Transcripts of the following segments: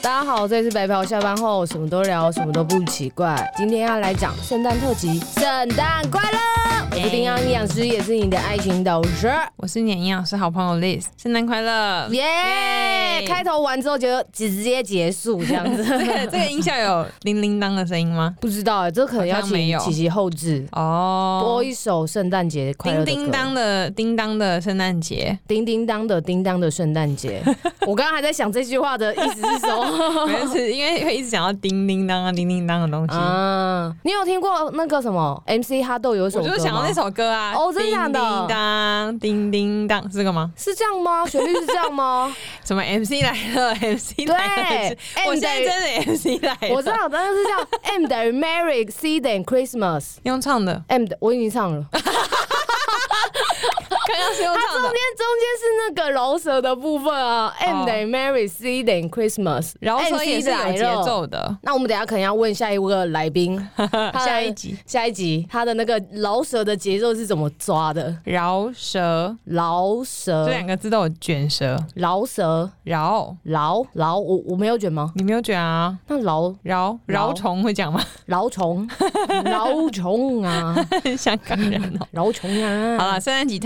大家好，这里是白嫖下班后什么都聊，什么都不奇怪。今天要来讲圣诞特辑，圣诞快乐！我是丁阳营养师，也是你的爱情导师。 我是你的营养师好朋友 Liz， 圣诞快乐！ 耶！开头完之后就直接结束这样子。 这个音效有铃铃当的声音吗？ 不知道哎，这可能要请琪琪后置哦，播一首圣诞节快乐的歌。 叮叮当的叮当的圣诞节， 叮叮当的叮当的圣诞节。我刚刚还在想这句话的意思是什么？ 没事，因为会一直讲到叮叮当啊、叮叮当的东西。 你有听过那个什么 MC 哈豆有一首歌吗？ 我就想到那首歌啊。 哦，真的假的？ 叮叮当，叮叮当，是这个吗？ 是这样吗？旋律是这样吗？ 什么 MC 来了 ？MC 来了。我现在真的 MC 来了。 我知道，但是叫 M 等于 Merry C 等于 Christmas。 用唱的 M 我已经唱了。 刚刚是用唱的， 它中间是那个饶舌的部分啊。M 等于 Merry C 等于 Christmas， 饶舌也是有节奏的。 那我们等一下可能要问下一位来宾，下一集他的那个饶舌的节奏是怎么抓的？ 饶舌这两个字都有卷舌。 饶舌我没有卷吗？ 你没有卷啊？ 那饶虫会讲吗？ 饶虫啊， 香港人哦， 饶虫啊。 好了，圣诞节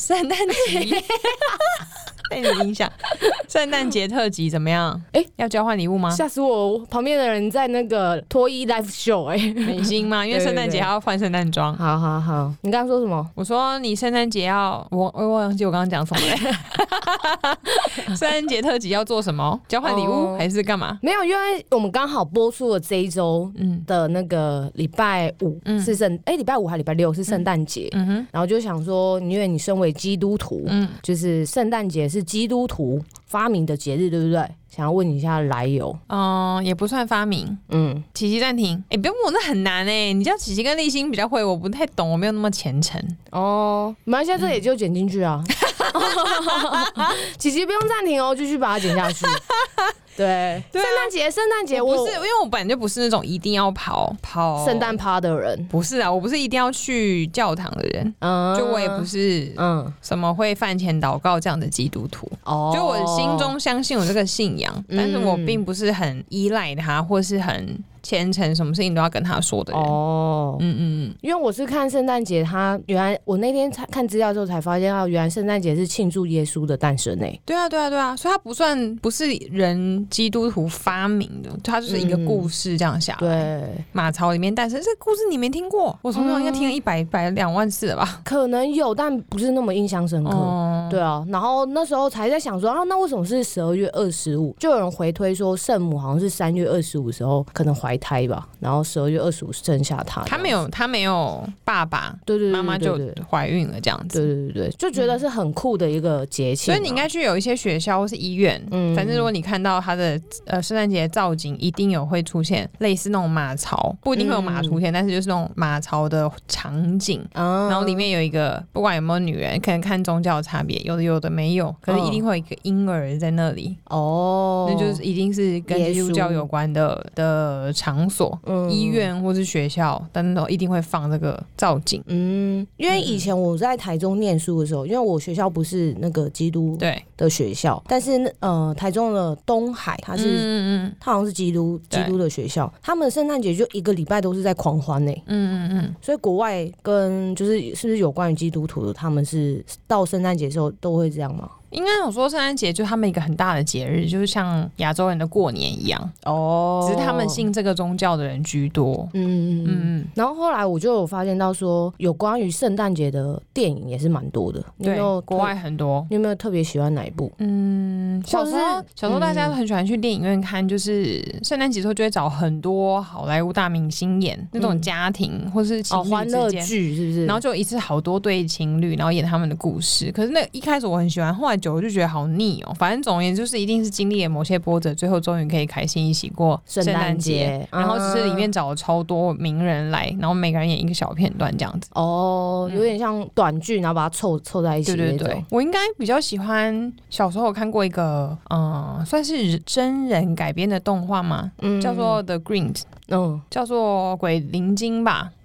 被你影响。圣诞节特辑怎么样？要交换礼物吗？ 吓死我！旁边的人在那个脱衣 live show 美心吗？因为圣诞节还要换圣诞装。 好，你刚刚说什么？ 我说你圣诞节要我忘记我刚刚讲什么了。圣诞节特辑要做什么？交换礼物还是干嘛？ 没有，因为我们刚好播出了这一周的那个礼拜五是礼拜五还礼拜六是圣诞节，然后就想说，因为你身为基督徒，就是圣诞节是基督徒发明的节日，对不对？想要问你一下来由。 也不算发明。琪琪暂停。不要问我，那很难哎。你叫琪琪跟立新比较会，我不太懂，我没有那么虔诚。没关系，这也就剪进去啊。琪琪不用暂停哦，继续把它剪下去。对，圣诞节，我不是，因为我本来就不是那种一定要跑圣诞趴的人， 不是啊，我不是一定要去教堂的人，就我也不是什么会饭前祷告这样的基督徒，就我心中相信有这个信仰，但是我并不是很依赖他，或是很虔诚，什么事情都要跟他说的人。 因为我是看圣诞节，他原来我那天看资料之后才发现，原来圣诞节是庆祝耶稣的诞生诶。 对啊，所以他不是人基督徒发明的，他就是一个故事这样下来。 对， 马槽里面诞生这个故事你没听过？我从小应该听了100万次了吧？ 可能有，但不是那么印象深刻。对啊，然后那时候才在想说那为什么是12月25？就有人回推说圣母好像是3月25的时候可能怀胎吧，然后12月25生下他。 他没有爸爸， 对， 妈妈就怀孕了这样子。 对，就觉得是很酷的一个节庆。 所以你应该去有一些学校或是医院，反正如果你看到他的圣诞节造景，一定有会出现类似那种马槽，不一定会有马出现，但是就是那种马槽的场景，然后里面有一个不管有没有女人，可能看宗教差别，有的没有，可是一定会有一个婴儿在那里。那就是一定是跟基督教有关的场所，医院或是学校等等一定会放这个造景。 因为以前我在台中念书的时候，因为我学校不是那个基督的学校，但是台中的东海它好像是基督的学校，他们圣诞节就1个礼拜都是在狂欢欸。所以国外跟是不是有关于基督徒的，他们是到圣诞节的时候都会这样吗？ 应该有说圣诞节就是他们一个很大的节日，就是像亚洲人的过年一样只是他们信这个宗教的人居多。 然后后来我就有发现到说，有关于圣诞节的电影也是蛮多的。你有没有国外很多？ 你有没有特别喜欢哪一部？ 小时候大家都很喜欢去电影院看，就是圣诞节时候就会找很多好莱坞大明星演那种家庭或是情侣之间欢乐剧，是不是？ 然后就一次好多对情侣，然后演他们的故事。可是那一开始我很喜欢，后来久了就觉得好腻哦。反正总而言之，就是一定是经历了某些波折，最后终于可以开心一起过圣诞节。然后只是里面找了超多名人来，然后每个人演一个小片段这样子。 有点像短剧，然后把它凑在一起。 对，我应该比较喜欢小时候有看过一个算是真人改编的动画嘛，叫做 The Grinch，叫做鬼灵精吧。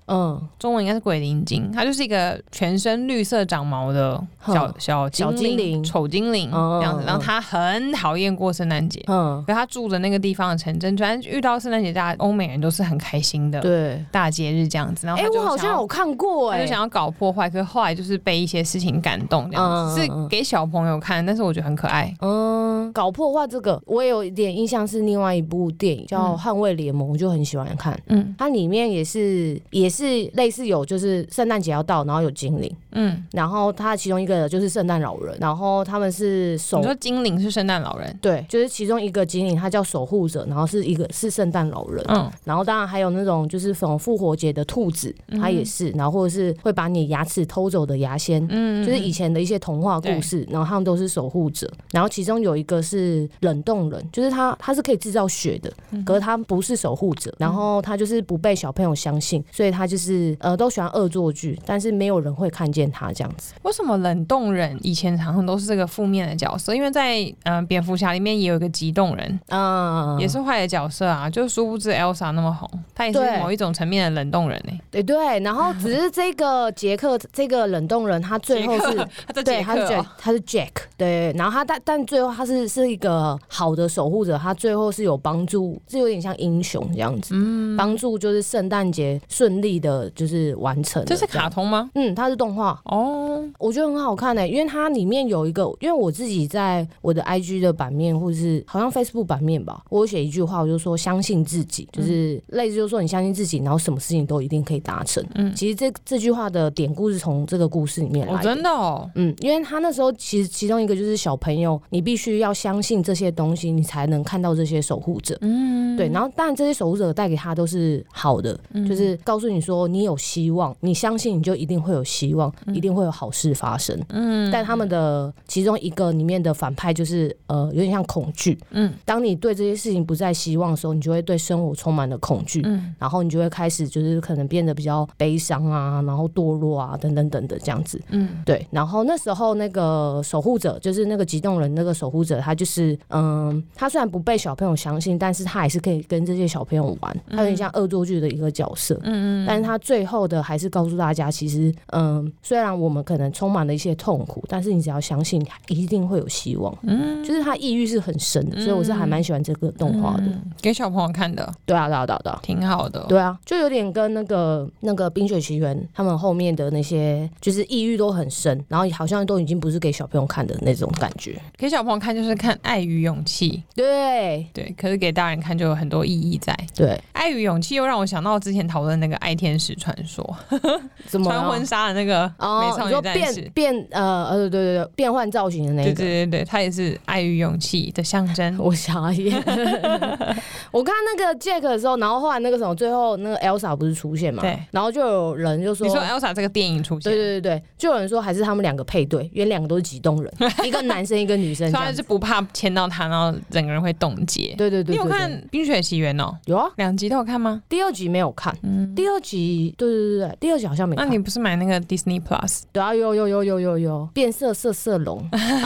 中文应该是鬼灵精，它就是一个全身绿色长毛的小精灵，丑精灵这样子。然后他很讨厌过圣诞节，可他住的那个地方的城镇，反正遇到圣诞节，大家欧美人都是很开心的，对，大节日这样子。然后我好像有看过， 他就想要搞破坏，可是后来就是被一些事情感动，这样子，是给小朋友看，但是我觉得很可爱。 搞破坏这个我也有一点印象，是另外一部电影叫《捍卫联盟》，我就很喜欢看。它里面也是类似有就是圣诞节要到，然后有精灵，然后它其中一个就是圣诞老人，然后他们是你说精灵是圣诞老人？ 对，就是其中一个精灵，他叫守护者，然后是圣诞老人。然后当然还有那种就是什么复活节的兔子，他也是，然后或者是会把你牙齿偷走的牙仙，就是以前的一些童话故事，然后他们都是守护者。然后其中有一个是冷冻人，就是他是可以制造血的，可是他不是守护者，然后他就是不被小朋友相信，所以他就是都喜欢恶作剧，但是没有人会看见他这样子。 为什么冷冻人以前常常都是这个负面的角色？因为在蝙蝠侠里面也有一个激动人，也是坏的角色啊，就殊不知 Elsa 那么红，他也是某一种层面的冷冻人欸。 对，然后只是这个杰克这个冷冻人，他最后是对，他是 Jack， 对，然后但最后他是一个好的守护者，他最后是有帮助，是有点像英雄这样子，帮助就是圣诞节顺利的就是完成。 这是卡通吗？ 它是动画哦，我觉得很好看因为它里面有一个，因为我自己在我的 IG 的版面或者是好像 Facebook 版面吧，我有写一句话，我就说相信自己，就是类似就是说你相信自己，然后什么事情都一定可以达成。其实这句话的典故是从这个故事里面来的。 真的哦。 因为他那时候其中一个就是小朋友，你必须要相信这些东西，你才能看到这些守护者。对，然后当然这些守护者带给他都是好的，就是告诉你说你有希望，你相信你就一定会有希望，一定会有好事发生。但他们的其中一个里面的反派就是有点像恐惧。当你对这些事情不再希望的时候，你就会对生活充满了恐惧，然后你就会开始就是可能变得比较悲伤啊，然后堕落啊，等等等的这样子。对，然后那时候那个守护者就是那个激动人那个守护者，他就是他虽然不被小朋友相信，但是他还是可以跟这些小朋友玩，他有点像恶作剧的一个角色。但是他最后的还是告诉大家，其实虽然我们可能充满了一些痛苦，但是你只要相信一定会有希望。就是他意蕴是很深的，所以我是还蛮喜欢这个动画的。 给小朋友看的。 对啊， 挺好的。 对啊，就有点跟那个冰雪奇缘他们后面的那些就是抑郁都很深，然后好像都已经不是给小朋友看的那种感觉。 给小朋友看就是看爱与勇气。 对， 可是给大人看就有很多意义在。对，爱与勇气又让我想到之前讨论那个爱天使传说，怎么穿婚纱的那个美少女战士，对，变换造型的那个。对，它也是爱与勇气的象征。 我傻眼。我看那个 Jack 的时候，然后后来那个什么，最后那个 Elsa 不是出现嘛？对，然后就有人就说， 你说 Elsa 这个电影出现， 对，就有人说还是他们两个配对，因为两个都是激动人，一个男生一个女生， 所以是不怕牵到他，然后整个人会冻结。对，你有看《冰雪奇缘》哦？ 有啊 ，2集都有看吗？ 第2集没有看，第2集对，第2集好像没看。 那你不是买那个 Disney Plus？ 对啊，有变色色龙。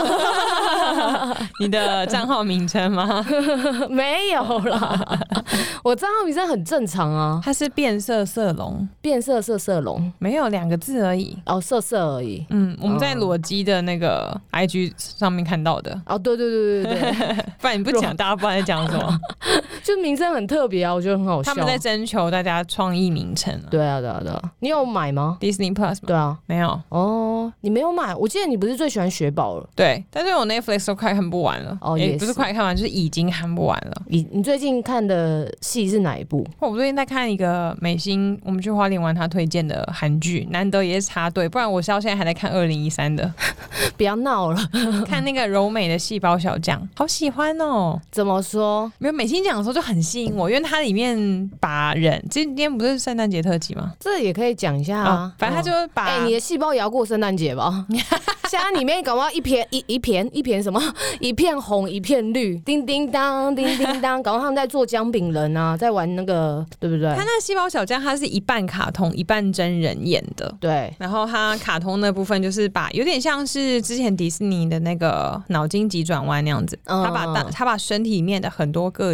你的账号名称吗？ 没有啦，我账号名称很正常啊。 它是变色色龙， 没有2个字而已。 色而已。 我们在裸机的那个 IG 上面看到的。 对， 不然你不讲，大家不知道在讲什么。 就名称很特别啊，我觉得很好笑。 他们在征求大家创意名称。 对啊，你有买吗 ？Disney Plus？ 对啊， 没有。 你没有买？我记得你不是最喜欢雪宝了？ 对，但是我 Netflix 都快看不完了。也不是快看完，就是已经看不完了。 你最近看的戏是哪一部？ 我最近在看一个美心，我们去花莲玩他推荐的韩剧，难得也是插队，不然我到现在还在看2013的。 不要闹了， 看那个柔美的细胞小将，好喜欢哦。 怎么说？ 没有美心讲的时候就很吸引我，因为它里面把人，今天不是圣诞节特辑吗？ 这也可以讲一下啊。 反正他就把你的细胞也要过圣诞节吧？现在里面搞不好一片什么，一片红一片绿，叮叮当叮叮当，搞不好他们在做姜饼人啊，在玩那个，对不对？ 他那个细胞小将，他是一半卡通一半真人演的， 对。 然后他卡通那部分就是把有点像是之前迪士尼的那个脑筋急转弯那样子，他把身体里面的很多个性跟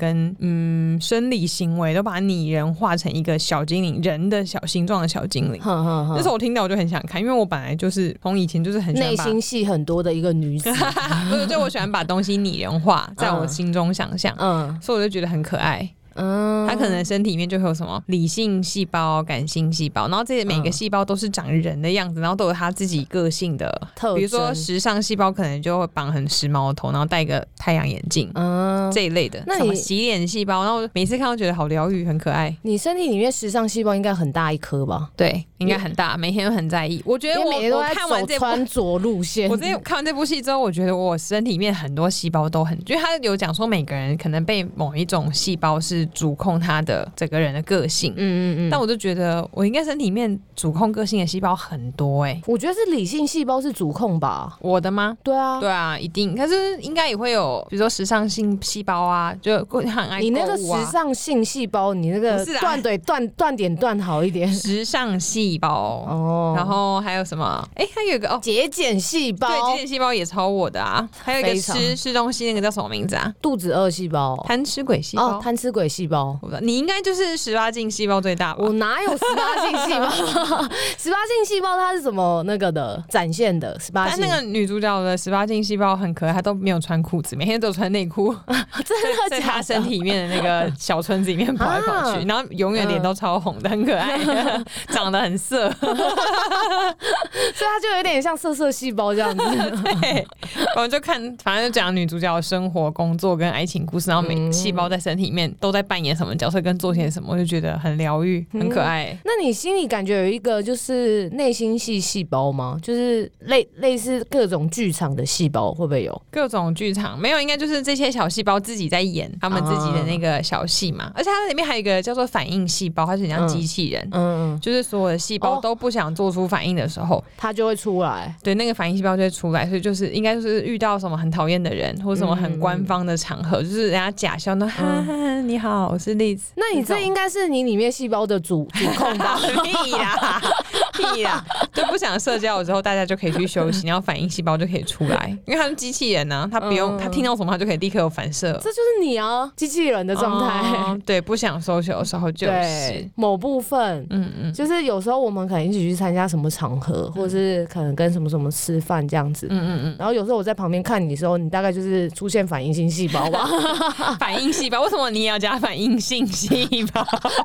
跟生理行为都把拟人化成一个小精灵，人的小形状的小精灵。那时候我听到我就很想看，因为我本来就是从以前就是很喜欢内心戏很多的一个女子， 不是，就我喜欢把东西拟人化，在我心中想象，所以我就觉得很可爱。他可能身体里面就会有什么理性细胞、感性细胞，然后这些每个细胞都是长人的样子，然后都有他自己个性的特征。比如说时尚细胞可能就会绑很时髦的头，然后戴个太阳眼镜，这一类的。那什么洗脸细胞，然后每次看都觉得好疗愈，很可爱。 你身体里面时尚细胞应该很大一颗吧？ 对，应该很大，每天都很在意。我觉得我看完这部穿着路线， 我看完这部戏之后，我觉得我身体里面很多细胞都很，因为他有讲说每个人可能被某一种细胞是主控他的整个人的个性，但我就觉得我应该身体里面主控个性的细胞很多我觉得是理性细胞是主控吧？ 我的吗？ 对啊， 对啊，一定。可是应该也会有，比如说时尚性细胞啊，就很爱购物啊。 你那个时尚性细胞，你那个断点断好一点。 时尚细胞然后还有什么？还有一个节俭细胞， 对，节俭细胞也超我的啊。还有一个吃东西那个叫什么名字啊？ 肚子饿细胞， 贪吃鬼细胞， 贪吃鬼细胞。 你应该就是18禁细胞最大吧？ 我哪有18禁细胞？18禁细胞它是怎么那个的展现的？18禁， 但那个女主角的18禁细胞很可爱，她都没有穿裤子，每天都有穿内裤， 真的在她身体里面的那个小村子里面跑来跑去，然后永远脸都超红的，很可爱，长得很色，所以她就有点像色色细胞这样子。 对，我们就看，反正就讲女主角的生活、工作跟爱情故事，然后每细胞在身体里面都在扮演什么角色，跟做些什么，我就觉得很疗愈，很可爱。 那你心里感觉有一个就是内心戏细胞吗？就是类似各种剧场的细胞，会不会有各种剧场？没有，应该就是这些小细胞自己在演他们自己的那个小戏嘛。而且它里面还有一个叫做反应细胞，它是很像机器人，就是所有的细胞都不想做出反应的时候， 它就会出来。 对，那个反应细胞就会出来，所以就是应该就是遇到什么很讨厌的人，或者什么很官方的场合，就是人家假笑，那哈哈你好，我是栗子。 那你这应该是你里面细胞的主控吧？ 屁啦，屁啦，就不想社交的时候，大家就可以去休息，然后反应细胞就可以出来，因为他是机器人啊，他不用他听到什么，他就可以立刻有反射。 这就是你啊，机器人的状态。 对，不想social的时候就是某部分，就是有时候我们可能一起去参加什么场合，或是可能跟什么什么吃饭这样子，然后有时候我在旁边看你的时候，你大概就是出现反应性细胞吧。 反应细胞，为什么你也要加反应性细胞？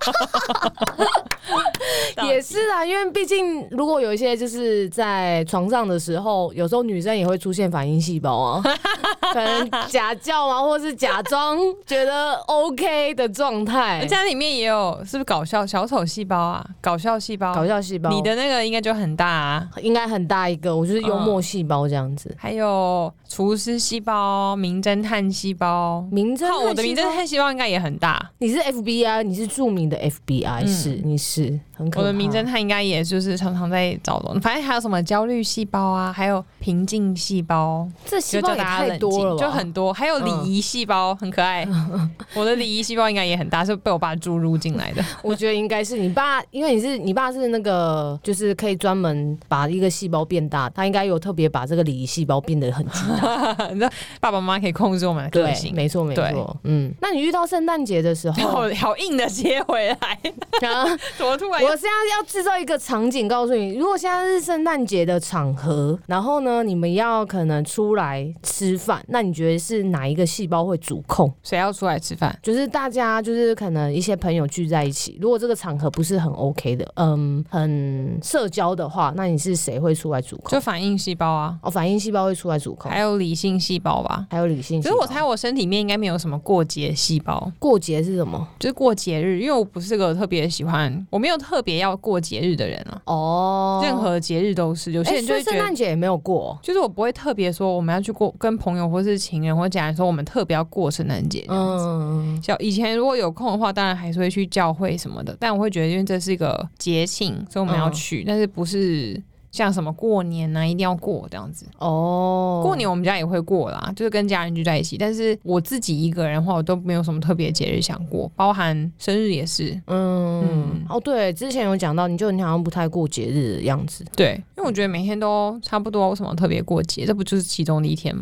也是啊，因为毕竟如果有一些就是在床上的时候，有时候女生也会出现反应细胞啊，可能假叫啊，或是假装觉得 OK 的状态。 家里面也有，是不是搞笑小丑细胞啊？搞笑细胞， 搞笑细胞， 你的那个应该就很大啊， 应该很大一个。我就是幽默细胞这样子， 还有厨师细胞、名侦探细胞。我的名侦探细胞应该也很大。 你是 FBI， 你是著名的 FBI，你是很可怕。 我的名侦探应该也就是常常在找人，反正还有什么焦虑细胞啊，还有平静细胞， 这细胞也太多了吧， 就很多，还有礼仪细胞，很可爱。我的礼仪细胞应该也很大，是被我爸注入进来的。 我觉得应该是你爸，因为你爸是那个就是可以专门把一个细胞变大，他应该有特别把这个礼仪细胞变得很巨大。 你知道爸爸妈妈可以控制我们的个性， 没错没错。那你遇到圣诞节的时候， 好硬的接回来，怎么突然？ 我现在要制造一个场景，告诉你，如果现在是圣诞节的场合，然后呢，你们要可能出来吃饭，那你觉得是哪一个细胞会主控？ 谁要出来吃饭？ 就是大家，就是可能一些朋友聚在一起，如果这个场合不是很 OK 的，很社交的话，那你是谁会出来主控？ 就反应细胞啊， 反应细胞会出来主控， 还有理性细胞吧， 还有理性细胞。 可是我猜我身体里面应该没有什么过节细胞。 过节是什么？ 就是过节日，因为我不是个特别喜欢，我没有特别要过节日的人啊。任何节日都是，有些人就会觉得圣诞节也没有过， 就是我不会特别说我们要去过，跟朋友或是情人或家人说我们特别要过圣诞节这样子。像以前如果有空的话，当然还是会去教会什么的，但我会觉得因为这是一个节庆，所以我们要去，但是不是像什么过年啊一定要过这样子。过年我们家也会过啦，就是跟家人聚在一起，但是我自己一个人的话，我都没有什么特别节日想过，包含生日也是。 对，之前有讲到，你就你好像不太过节日的样子。 对，因为我觉得每天都差不多，为什么特别过节？这不就是其中的一天吗？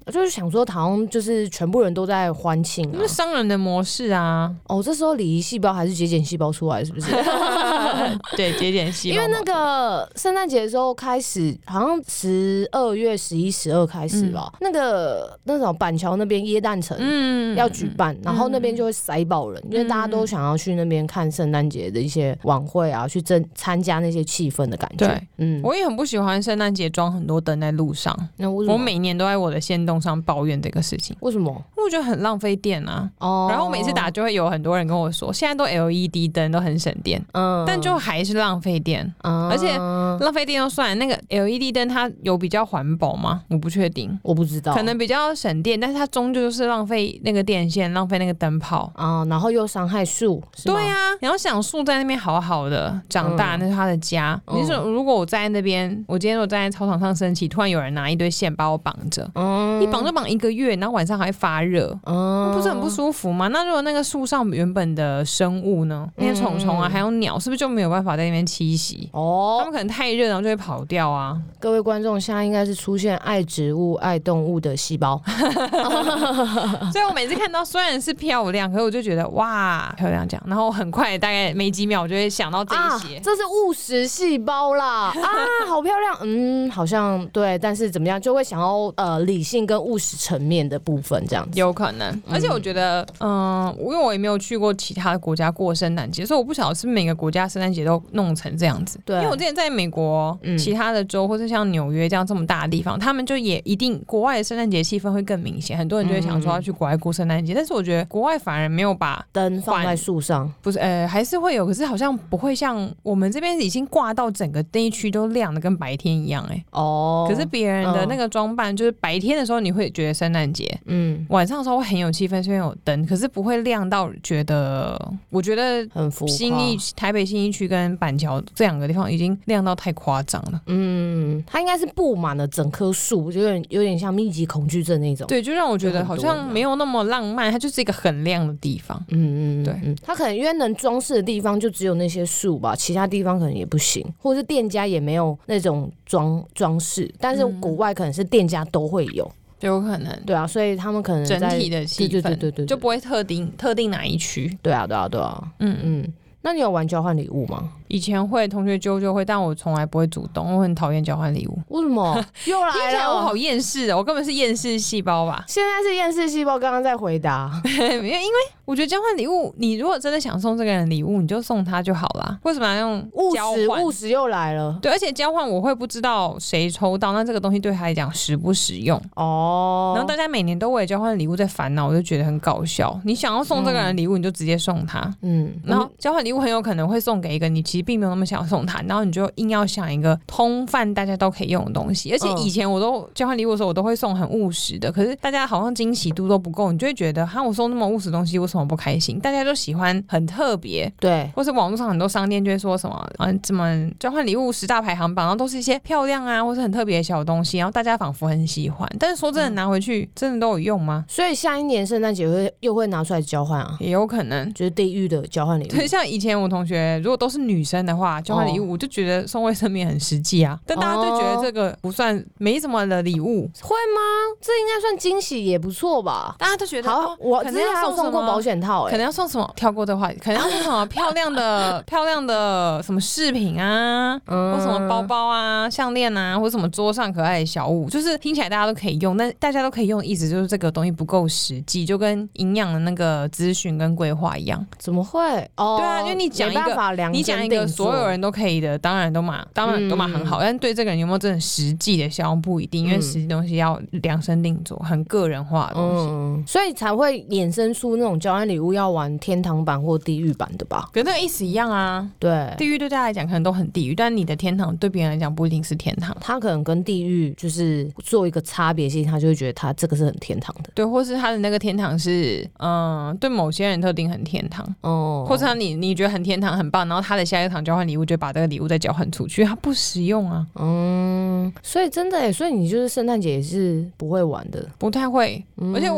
就是想说好像就是全部人都在欢庆啊， 就是商人的模式啊。 这时候礼仪细胞还是节俭细胞出来是不是？ 对，节俭细胞。 因为那个圣诞节的时候开始，好像12月11、12开始吧，那种板桥那边耶诞城要举办，然后那边就会塞爆人，因为大家都想要去那边看圣诞节的一些晚会啊，去参加那些气氛的感觉。 对，我也很不喜欢圣诞节装很多灯在路上。那为什么？我每年都在我的限动上抱怨这个事情。 为什么？ 因为我觉得很浪费电啊。然后我每次打就会有很多人跟我说，现在都 LED 灯都很省电，但就还是浪费电。而且浪费电就算了，那个 LED 灯它有比较环保吗？我不确定， 我不知道， 可能比较省电，但是它终究就是浪费那个电线，浪费那个灯泡然后又伤害树。 对啊，你要想树在那边好好的长大，那是它的家。你说如果我站在那边，我今天如果站在操场上升旗，突然有人拿一堆线把我绑着，一绑就绑1个月，然后晚上还会发热，不是很不舒服吗？那如果那个树上原本的生物呢，那些虫虫啊，还有鸟，是不是就没有办法在那边栖息？他们可能太热，然后就会跑掉啊。 各位观众，现在应该是出现爱植物、爱动物的细胞。 所以我每次看到虽然是漂亮，可是我就觉得哇漂亮这样，然后很快大概没几秒我就会想到这一些， 这是务实细胞啦好漂亮，好像对，但是怎么样就会想要理性跟务实层面的部分这样子， 有可能。而且我觉得因为我也没有去过其他的国家过圣诞节，所以我不晓得是每个国家圣诞节都弄成这样子。对，因为我之前在美国其他的州或是像纽约这样这么大的地方，他们就也一定国外的圣诞节气氛会更明显，很多人就会想说要去国外过圣诞节，但是我觉得国外反而没有把灯放在树上， 不是还是会有，可是好像不会像我们这边已经挂到整个那一区都亮的跟白天一样可是别人的那个装扮就是白天的时候你会觉得圣诞节，晚上的时候会很有气氛，虽然有灯，可是不会亮到觉得，我觉得很浮夸。 台北信义区跟板桥这两个地方已经亮到太夸张了。 它应该是布满了整棵树，就有点像密集恐惧症那种。 对，就让我觉得好像没有那么浪漫，它就是一个很亮的地方。对， 它可能因为能装饰的地方就只有那些树吧，其他地方可能也不行，或者是店家也没有那种装饰，但是国外可能是店家都会有。 有可能， 对啊，所以他们可能整体的气氛， 对， 就不会特定哪一区。 对啊。那你有玩交换礼物吗？ 以前会，同学揪就会，但我从来不会主動，我很讨厌交换礼物。 为什么？又来了！ 听起来我好厌世，我根本是厌世细胞吧？ 现在是厌世细胞，刚刚在回答。 因为我觉得交换礼物，你如果真的想送这个人礼物，你就送他就好啦。为什么要用交换？ 务实又来了。 对，而且交换我会不知道谁抽到，那这个东西对他来讲实不实用哦。然后大家每年都为了交换礼物在烦恼，我就觉得很搞笑。你想要送这个人礼物，你就直接送他。然后交换礼物很有可能会送给一个你其实并没有那么想送他，然后你就硬要想一个通泛大家都可以用的东西。而且以前我都交换礼物的时候，我都会送很务实的，可是大家好像惊喜度都不够，你就会觉得哈，我送那么务实的东西，为什么不开心？大家都喜欢很特别， 对， 或是网络上很多商店就会说什么怎么交换礼物10大排行榜，然后都是一些漂亮啊，或是很特别的小东西，然后大家仿佛很喜欢，但是说真的拿回去真的都有用吗？ 所以下一年圣诞节又会拿出来交换啊？ 也有可能， 就是地狱的交换礼物。 对，像以前我同学如果都是女生的话，交换礼物我就觉得送卫生棉很实际啊，但大家就觉得这个不算没什么的礼物， 会吗？这应该算惊喜也不错吧？ 大家都觉得好，我之前还有送过保险套， 可能要送什么？跳过这话，可能要送什么漂亮的什么饰品啊，或什么包包啊、项链啊，或什么桌上可爱的小物，就是听起来大家都可以用，但大家都可以用的意思就是这个东西不够实际，就跟营养的那个资讯跟规划一样。 怎么会？ 对啊，因为你讲一个所有人都可以的，当然都很好，但对这个人有没有真的实际的效用不一定，因为实际东西要量身定做，很个人化的东西， 所以才会衍生出那种交换礼物要玩天堂版或地狱版的吧？ 跟那个意思一样啊。 对， 地狱对大家来讲可能都很地狱，但你的天堂对别人来讲不一定是天堂， 他可能跟地狱就是做一个差别性，他就会觉得他这个是很天堂的。 对，或是他的那个天堂是对某些人特定很天堂或者你觉得很天堂很棒，然后他的下一场交换礼物就把这个礼物再交换出去，他不实用啊。 所以真的耶，所以你就是圣诞节也是不会玩的， 不太会，而且我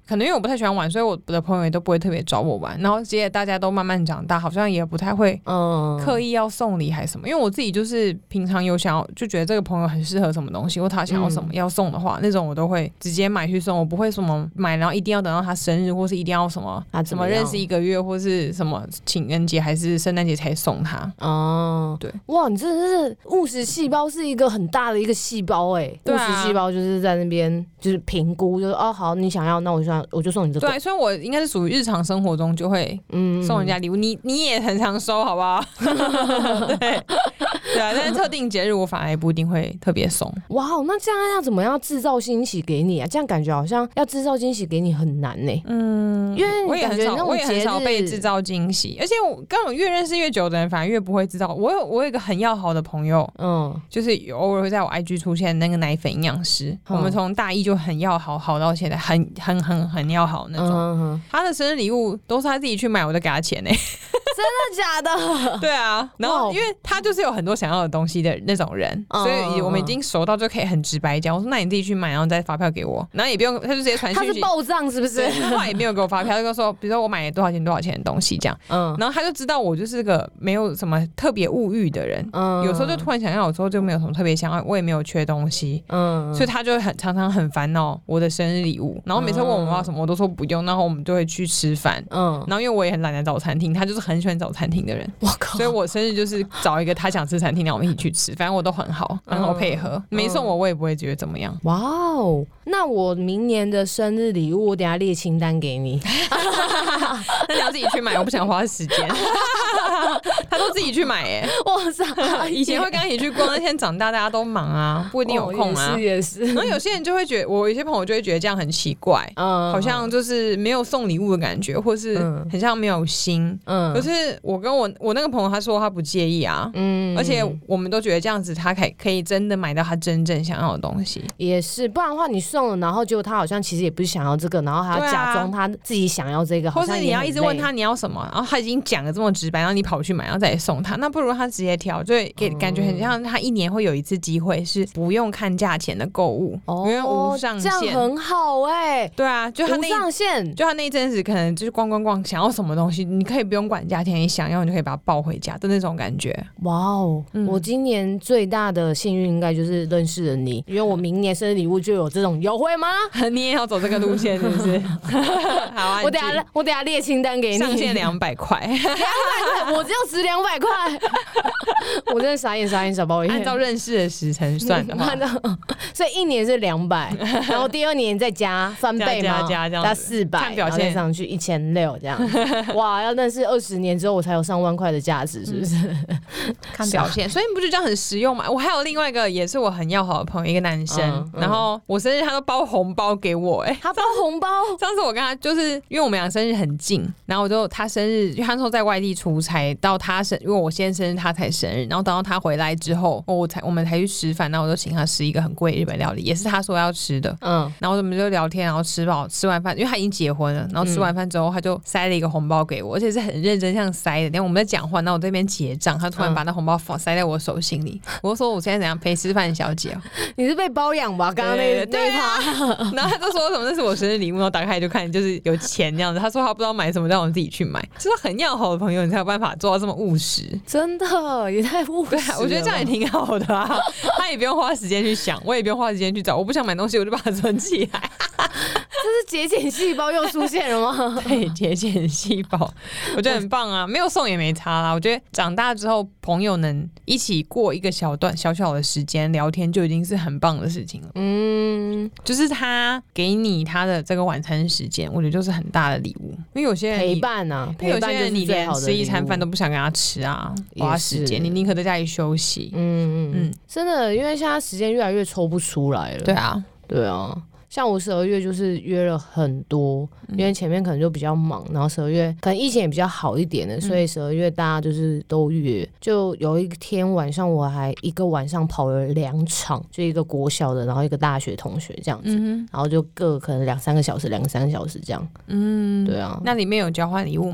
可能因为我不太喜欢玩，所以我的朋友也都不会特别找我玩。然后接着大家都慢慢长大，好像也不太会刻意要送礼还是什么。因为我自己就是平常有想要就觉得这个朋友很适合什么东西，或他想要什么要送的话，那种我都会直接买去送。我不会什么买然后一定要等到他生日，或是一定要什么什么认识1个月，或是什么情人节还是圣诞节才送他。对， 哇，你真的是务实细胞是一个很大的一个细胞哎。务实细胞就是在那边就是评估，就是好，你想要，那我就送你这个。 对，所以我应该是属于日常生活中就会送人家礼物。你也很常收，好不好？对啊，但是特定节日我反而也不一定会特别送。 哇，那这样要怎么样制造惊喜给你啊？这样感觉好像要制造惊喜给你很难呢。因为我也很少被制造惊喜，而且我跟我越认识越久的人，反而越不会制造。我有一个很要好的朋友，就是偶尔会在我 IG 出现那个奶粉营养师，我们从大一就很要好，好到现在很要好那种。他的生日礼物都是他自己去买，我就给他钱呢。 真的假的？ 对啊，然后因为他就是有很多想要的东西的那种人，所以我们已经熟到就可以很直白讲，我说那你自己去买，然后再发票给我，然后也不用，他就直接传讯息。 他是报账是不是？ 他后来也没有给我发票，他就跟我说，比如说我买了多少钱的东西这样，然后他就知道我就是个没有什么特别物欲的人，有时候就突然想要，有时候就没有什么特别想要，我也没有缺东西，所以他就常常很烦恼我的生日礼物，然后每次问我要什么，我都说不用，然后我们就会去吃饭，然后因为我也很懒得找餐厅，他就是很喜欢找餐厅的人， 我靠， 所以我生日就是找一个他想吃餐厅，让我们一起去吃，反正我都很好配合，没送我也不会觉得怎么样。 哇哦，那我明年的生日礼物我等一下列清单给你。 那你要自己去买，我不想花时间。他都自己去买耶！ 哇塞， 以前会跟他一起去逛，那天长大大家都忙啊，不一定有空啊。 也是。 然后有些人就会觉得，我有些朋友就会觉得这样很奇怪，好像就是没有送礼物的感觉，或是很像没有心。可是我跟我那个朋友他说他不介意啊，而且我们都觉得这样子他可以真的买到他真正想要的东西。 也是，不然的话你送了，然后结果他好像其实也不是想要这个，然后还要假装他自己想要这个， 或是你要一直问他你要什么，然后他已经讲了这么直白，然后你跑去买，然后再送他，那不如他直接挑，就会感觉很像他一年会有一次机会是不用看价钱的购物，因为无上限， 这样很好哎。 对啊，就他无上限， 就他那一阵子可能就是逛，想要什么东西，你可以不用管价钱，你想要你就可以把它抱回家的那种感觉。 哇哦，我今年最大的幸运应该就是认识了你，因为我明年生日礼物就有这种优惠吗？ 你也要走这个路线是不是？好啊， 我等下列清单给你， 上限200块 ，200块，我只有值200块，我真的傻眼小包。 按照认识的时辰算的话， 所以一年是200，然后第二年再加翻倍吗？加400，然后再上去1600这样。哇，要认识20年之后我才有上万块的价值，是不是？ 看表现，所以你不觉得这样很实用吗？我还有另外一个也是我很要好的朋友，一个男生，然后我生日他都包红包给我， 他包红包。 上次我跟他就是因为我们俩生日很近，然后我就他生日，因为他那时候在外地出差，到他因为我先生日他才生日，然后等到他回来之后，我们才去吃饭，然后我就请他吃一个很贵的日本料理，也是他说要吃的，然后我们就聊天，然后吃完饭，因为他已经结婚了，然后吃完饭之后他就塞了一个红包给我，而且是很认真像塞的，因为我们在讲话，然后我这边结账，他突然把那红包塞在我手心里，我就说我现在怎样陪吃饭小姐你是被包养吧？刚刚那一趴， 然后他就说什么那是我生日礼物，然后打开就看就是有钱这样子，他说他不知道买什么，让我自己去买，就是很要好的朋友你才有办法做到这么务实， 真的也太务实了。 我觉得这样也挺好的啊，他也不用花时间去想，我也不用花时间去找，我不想买东西我就把它存起来。 这是节俭细胞又出现了吗？ 对，节俭细胞，我觉得很棒啊，没有送也没差啦。我觉得长大之后，朋友能一起过一个小小的时间聊天，就已经是很棒的事情了。就是他给你他的这个晚餐时间，我觉得就是很大的礼物。因为有些人陪伴啊，陪伴就是你连吃一餐饭都不想跟他吃啊，花时间，你宁可在家里休息。 真的，因为现在时间越来越抽不出来了。 对啊， 对啊。像我12月就是约了很多，因为前面可能就比较忙，然后12月可能疫情也比较好一点的，所以12月大家就是都约。就有一天晚上我还一个晚上跑了2场，就一个国小的，然后一个大学同学这样子，然后就各可能2-3个小时，2-3个小时这样。对啊。 那里面有交换礼物吗？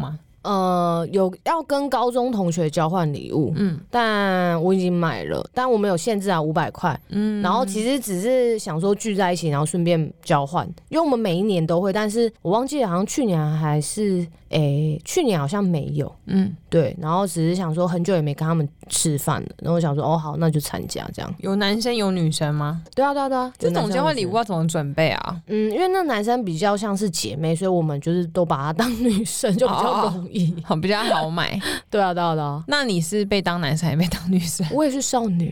有要跟高中同学交换礼物，但我已经买了，但我们有限制啊，500块，然后其实只是想说聚在一起，然后顺便交换，因为我们每一年都会，但是我忘记了，好像去年还是去年好像没有，对，然后只是想说很久也没跟他们吃饭了，然后我想说哦好，那就参加这样。 有男生有女生吗？ 对啊对啊对啊， 这种交换礼物要怎么准备啊？ 因为那男生比较像是姐妹，所以我们就是都把她当女生，就比较容易， 比较好买。 对啊对啊对啊。 那你是被当男生还是被当女生？ 我也是少女。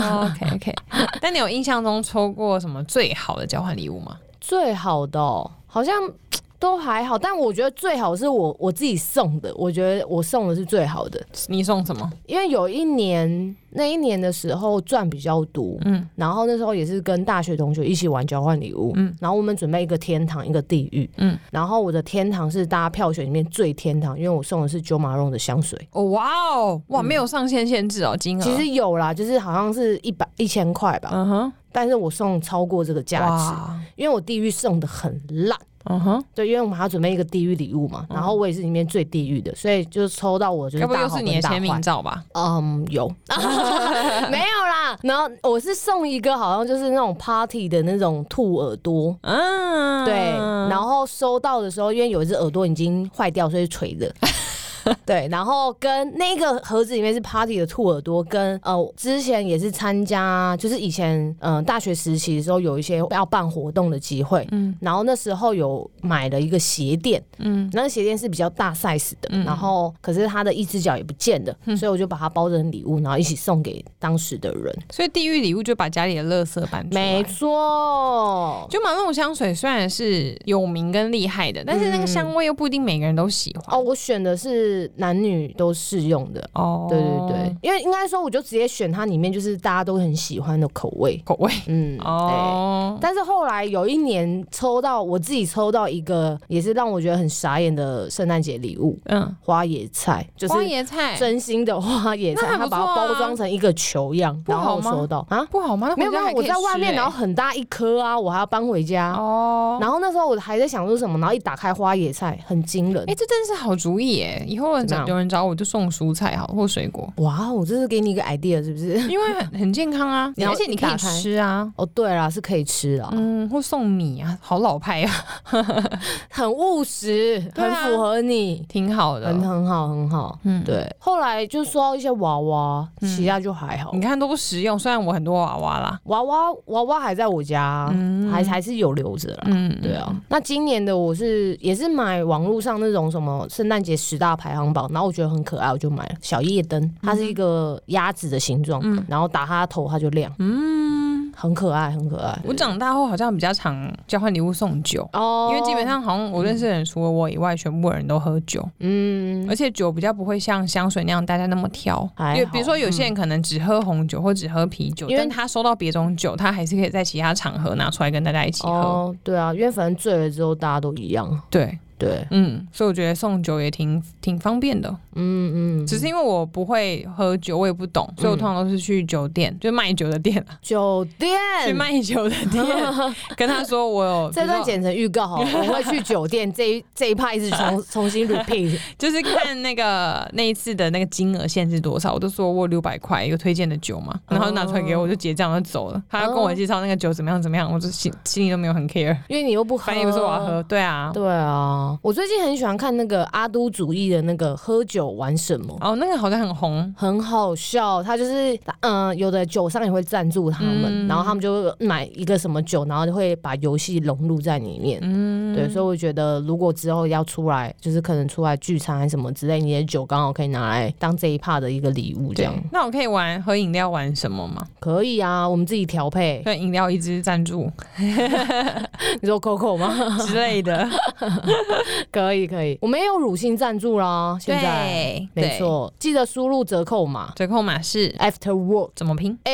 OK。但你有印象中抽过什么最好的交换礼物吗？ 最好的好像都还好，但我觉得最好是我自己送的，我觉得我送的是最好的。 你送什么？ 因为有那一年的时候赚比较多，然后那时候也是跟大学同学一起玩交换礼物，然后我们准备一个天堂一个地狱，然后我的天堂是大家票选里面最天堂，因为我送的是Jo Malone的香水。 哇，没有上限限制金额。 其实有啦，就是好像是1000块吧，但是我送超过这个价值，因为我地狱送的很烂。对，因为我们还要准备一个地狱礼物嘛，然后我也是里面最地狱的，所以就抽到我就是大好跟大坏。该不会又是你的签名照吧？有没有啦？然后我是送一个好像就是那种 party 的那种兔耳朵，对，然后收到的时候，因为有一只耳朵已经坏掉，所以垂的。对，然后跟那个盒子里面是 party 的兔耳朵，跟之前也是参加，就是以前大学时期的时候有一些要办活动的机会，然后那时候有买了一个鞋垫，那个鞋垫是比较大 size 的，然后可是它的一只脚也不见了，所以我就把它包成礼物，然后一起送给当时的人。 所以地狱礼物就把家里的垃圾搬出来。 没错， 就马龙香水虽然是有名跟厉害的，但是那个香味又不一定每个人都喜欢。 我选的是男女都适用的对对对，因为应该说我就直接选它里面就是大家都很喜欢的口味，对。但是后来有一年我自己抽到一个也是让我觉得很傻眼的圣诞节礼物，花椰菜，就是花椰菜， 真心的花椰菜，它把它包装成一个球样，然后收到不好吗？ 没有，我在外面，然后很大一颗啊，我还要搬回家然后那时候我还在想说什么，然后一打开花椰菜，很惊人。 这真是好主意耶！以后有人找我就送蔬菜好或水果。 哇，我这是给你一个 idea 是不是？ 因为很健康啊，而且你可以吃啊。 对啦，是可以吃啊。 或送米啊，好老派啊， 很务实，很符合你， 挺好的， 很好。对。后来就收到一些娃娃，其他就还好。 你看都不实用，虽然我很多娃娃啦， 娃娃还在我家，还是有留着啦。对啊。那今年的我也是买网络上那种什么圣诞节10大排行榜，然后我觉得很可爱，我就买了小夜灯，它是一个鸭子的形状，然后打它头它就亮，很可爱。 我长大后好像比较常交换礼物送酒，因为基本上好像我认识的人除了我以外，全部人都喝酒，而且酒比较不会像香水那样大家那么挑，因为比如说有些人可能只喝红酒或只喝啤酒，因为他收到别种酒，他还是可以在其他场合拿出来跟大家一起喝。 对啊，因为反正醉了之后大家都一样。 对，所以我觉得送酒也挺方便的。只是因为我不会喝酒，我也不懂，所以我通常都是去酒店，就卖酒的店酒店去卖酒的店，跟他说我有这段剪成预告好了，我会去酒店这一趴一直重新 repeat， 就是看那一次的那个金额限制多少，我就说我600块有推荐的酒嘛，然后拿出来给我，我就结账就走了。他要跟我介绍那个酒怎么样，我就心里都没有很 care， 因为你又不喝， 反正也不是我要喝。对啊， 我最近很喜欢看那个阿都主义的那个喝酒玩什么那个好像很红， 很好笑。他就是有的酒商也会赞助他们，然后他们就买一个什么酒，然后就会把游戏融入在里面。对，所以我觉得如果之后要出来，就是可能出来聚餐还是什么之类，你的酒刚好可以拿来当这一趴的一个礼物这样。 那我可以喝饮料玩什么吗？ 可以啊，我们自己调配。 对，饮料一支赞助， 你说 Coco 吗之类的？ 可以，我们也有乳性赞助啦，现在没错，记得输入折扣码是 After Work， 怎么拼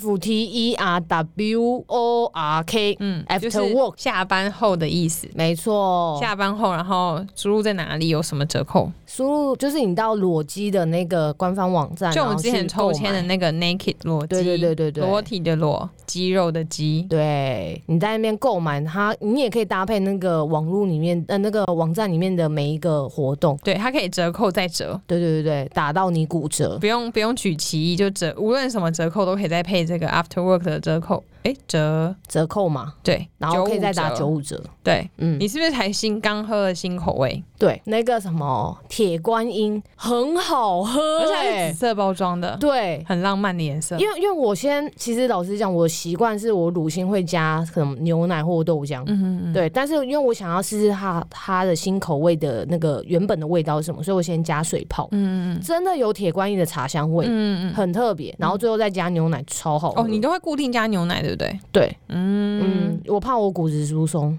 ？AFTERWORK， After Work 下班后的意思， 没错， 下班後，然后输入在哪里有什么折扣？ 输入就是你到裸肌的那个官方网站， 就我们之前抽签的那个 Naked 裸肌，对，裸体的裸，肌肉的肌， 对，你在那边购买它，你也可以搭配那个网络里面那个网网站里面的每一个活动， 对，它可以折扣再折， 对，打到你骨折， 不用取其一就折，无论什么折扣都可以再配这个 After Work 的折扣，折扣嘛， 对， 然后可以再打95折， 对，你是不是才刚喝了新口味？ 对，那个什么铁观音很好喝， 而且它是紫色包装的， 对， 很浪漫的颜色。 因为我其实老实讲，我习惯是我乳清会加可能牛奶或豆浆，对，但是因为我想要试试它的新口味的那个原本的味道是什么，所以我先加水泡，真的有铁观音的茶香味，很特别，然后最后再加牛奶，超好喝。 哦，你都会固定加牛奶对不对？ 对，我怕我骨质疏松。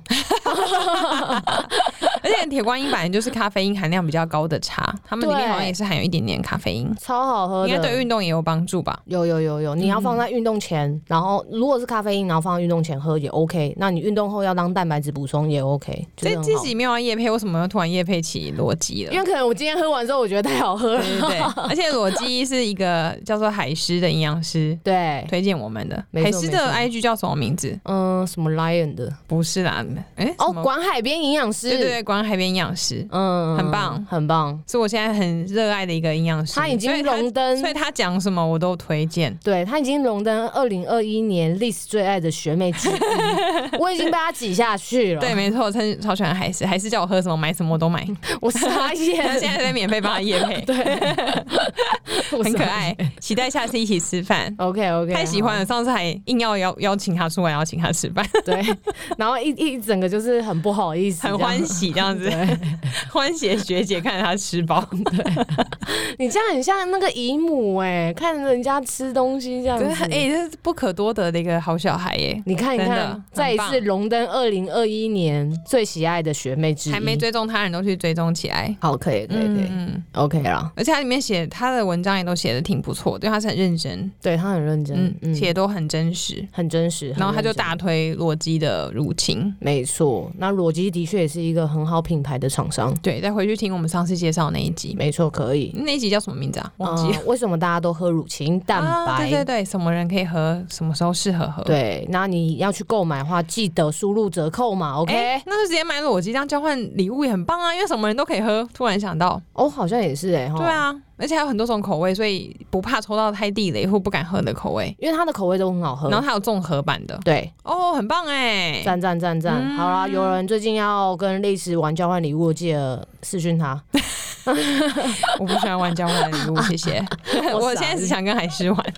而且铁观音本来就是咖啡因含量比较高的茶，他们里面好像也是含有一点点咖啡因， 超好喝的， 应该对运动也有帮助吧？ 有，你要放在运动前，然后如果是咖啡因，然后放在运动前喝也 OK， 那你运动后要当蛋白质补充也 OK。 所以这集没有要业配，为什么又突然业配起裸肌了？ 因为可能我今天喝完之后，我觉得太好喝了。 对，而且裸肌是一个叫做海狮的营养师对推荐我们的，海狮的 IG 叫什么名字？ 什么 Lion 的？ 不是啦， 管海边营养师， 对，管海边营养师，很棒， 很棒， 是我现在很热爱的一个营养师。 他已经荣登， 所以他讲什么我都推荐。 对，他已经荣登2021年Liz最爱的学妹之一，我已经被他挤下去了。 对，没错，我超喜欢海狮，海狮叫我喝什么买什么我都买， 我傻眼。 他现在在免费帮他业配， 对， 很可爱，期待下次一起吃饭。 OK， 太喜欢了，上次还硬要邀请他出来，邀请他吃饭， 对，然后一整个就是很不好意思， 很欢喜这样子，欢喜的学姐看着他吃饱， 对，你这样很像那个姨母看着人家吃东西这样子， 这是不可多得的一个好小孩耶！ 你看，再一次荣登2021年最喜爱的学妹之一， 还没追踪他人都去追踪起来， 好，可以，OK 啦。 而且他里面写他的文章也都写的挺不错，对，他是很认真， 对他很认真， 写都很真实， 很真实。 然后他就大推裸肌的乳清， 没错，那裸肌的确也是一个很好品牌的厂商。 对，再回去听我们上次介绍那一集， 没错，可以。 那一集叫什么名字啊？忘记了。 为什么大家都喝乳清蛋白？ 对，什么人可以喝，什么时候适合喝？ 对，那你要去购买的话，记得输入折扣码 ，OK？ 那就直接买裸肌，这样交换礼物也很棒啊，因为什么人都可以喝。突然想到， 好像也是对啊。而且还有很多种口味，所以不怕抽到太地雷或不敢喝的口味， 因为它的口味都很好喝。 然后还有综合版的， 对， 很棒赞！好啦，有人最近要跟类似玩交换礼物，记得私讯他。 我不喜欢玩交换礼物，谢谢。我现在只想跟海狮玩。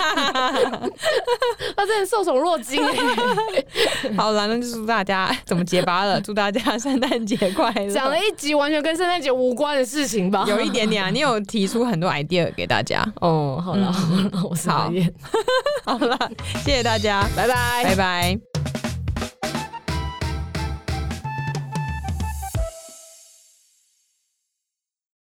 他真的受宠若惊。 好了，那就祝大家怎么结巴了？祝大家圣诞节快乐！ 讲了一集完全跟圣诞节无关的事情吧？ 有一点点啊，你有提出很多 idea 给大家。 好了，我傻眼。 好了，谢谢大家， 拜拜， 拜拜。